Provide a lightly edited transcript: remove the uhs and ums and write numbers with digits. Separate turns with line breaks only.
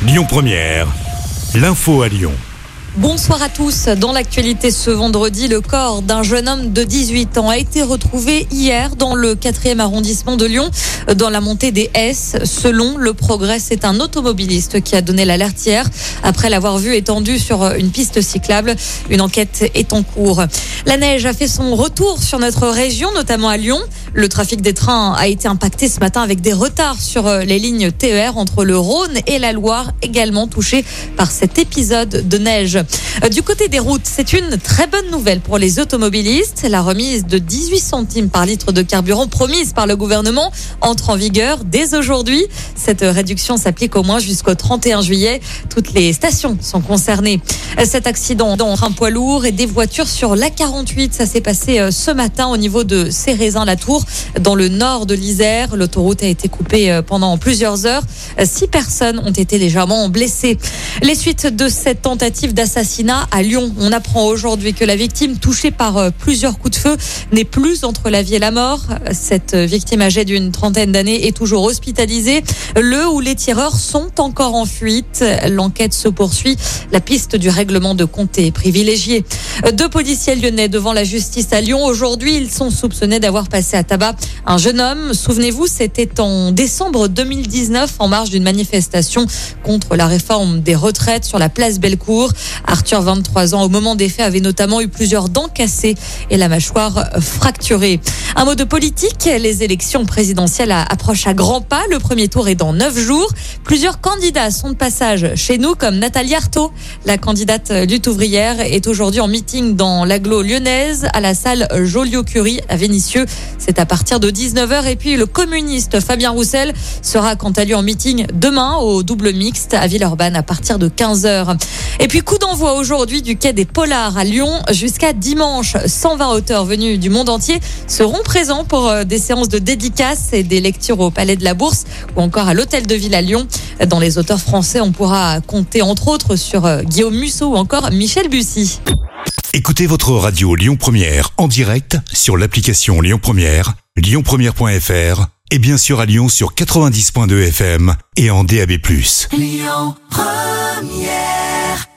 Lyon Première, l'info à Lyon.
Bonsoir à tous. Dans l'actualité ce vendredi, le corps d'un jeune homme de 18 ans a été retrouvé hier dans le 4e arrondissement de Lyon, dans la montée des S. Selon Le Progrès, c'est un automobiliste qui a donné l'alerte hier après l'avoir vu étendu sur une piste cyclable. Une enquête est en cours. La neige a fait son retour sur notre région, notamment à Lyon. Le trafic des trains a été impacté ce matin avec des retards sur les lignes TER entre le Rhône et la Loire, également touchés par cet épisode de neige. Du côté des routes, c'est une très bonne nouvelle pour les automobilistes. La remise de 18 centimes par litre de carburant promise par le gouvernement entre en vigueur dès aujourd'hui. Cette réduction s'applique au moins jusqu'au 31 juillet. Toutes les stations sont concernées. Cet accident dans un poids lourd et des voitures sur l'A48, ça s'est passé ce matin au niveau de Cérézin-la-Tour, dans le nord de l'Isère. L'autoroute a été coupée pendant plusieurs heures. 6 personnes ont été légèrement blessées. Les suites de cette tentative d'assassinat à Lyon. On apprend aujourd'hui que la victime, touchée par plusieurs coups de feu, n'est plus entre la vie et la mort. Cette victime âgée d'une trentaine d'années est toujours hospitalisée. Le ou les tireurs sont encore en fuite. L'enquête se poursuit. La piste du règlement de compte est privilégiée. 2 policiers lyonnais devant la justice à Lyon. Aujourd'hui, ils sont soupçonnés d'avoir passé à tabac un jeune homme. Souvenez-vous, c'était en décembre 2019, en marge d'une manifestation contre la réforme des retraites sur la place Bellecour. Arthur, 23 ans, au moment des faits, avait notamment eu plusieurs dents cassées et la mâchoire fracturée. Un mot de politique, les élections présidentielles approchent à grands pas. Le premier tour est dans 9 jours. Plusieurs candidats sont de passage chez nous, comme Nathalie Arthaud. La candidate lutte ouvrière est aujourd'hui en meeting dans l'agglo lyonnaise à la salle Joliot-Curie à Vénissieux. C'est à partir de 19h. Et puis le communiste Fabien Roussel sera quant à lui en meeting demain au double mixte à Villeurbanne à partir de 15h. Et puis coup d'envoi aujourd'hui du quai des Polars à Lyon jusqu'à dimanche. 120 auteurs venus du monde entier seront présents pour des séances de dédicaces et des lectures au Palais de la Bourse ou encore à l'Hôtel de Ville à Lyon. Dans les auteurs français, on pourra compter entre autres sur Guillaume Musso ou encore Michel Bussy.
Écoutez votre radio Lyon Première en direct sur l'application Lyon Première, lyonpremière.fr et bien sûr à Lyon sur 90.2 FM et en DAB+.
Lyon Première.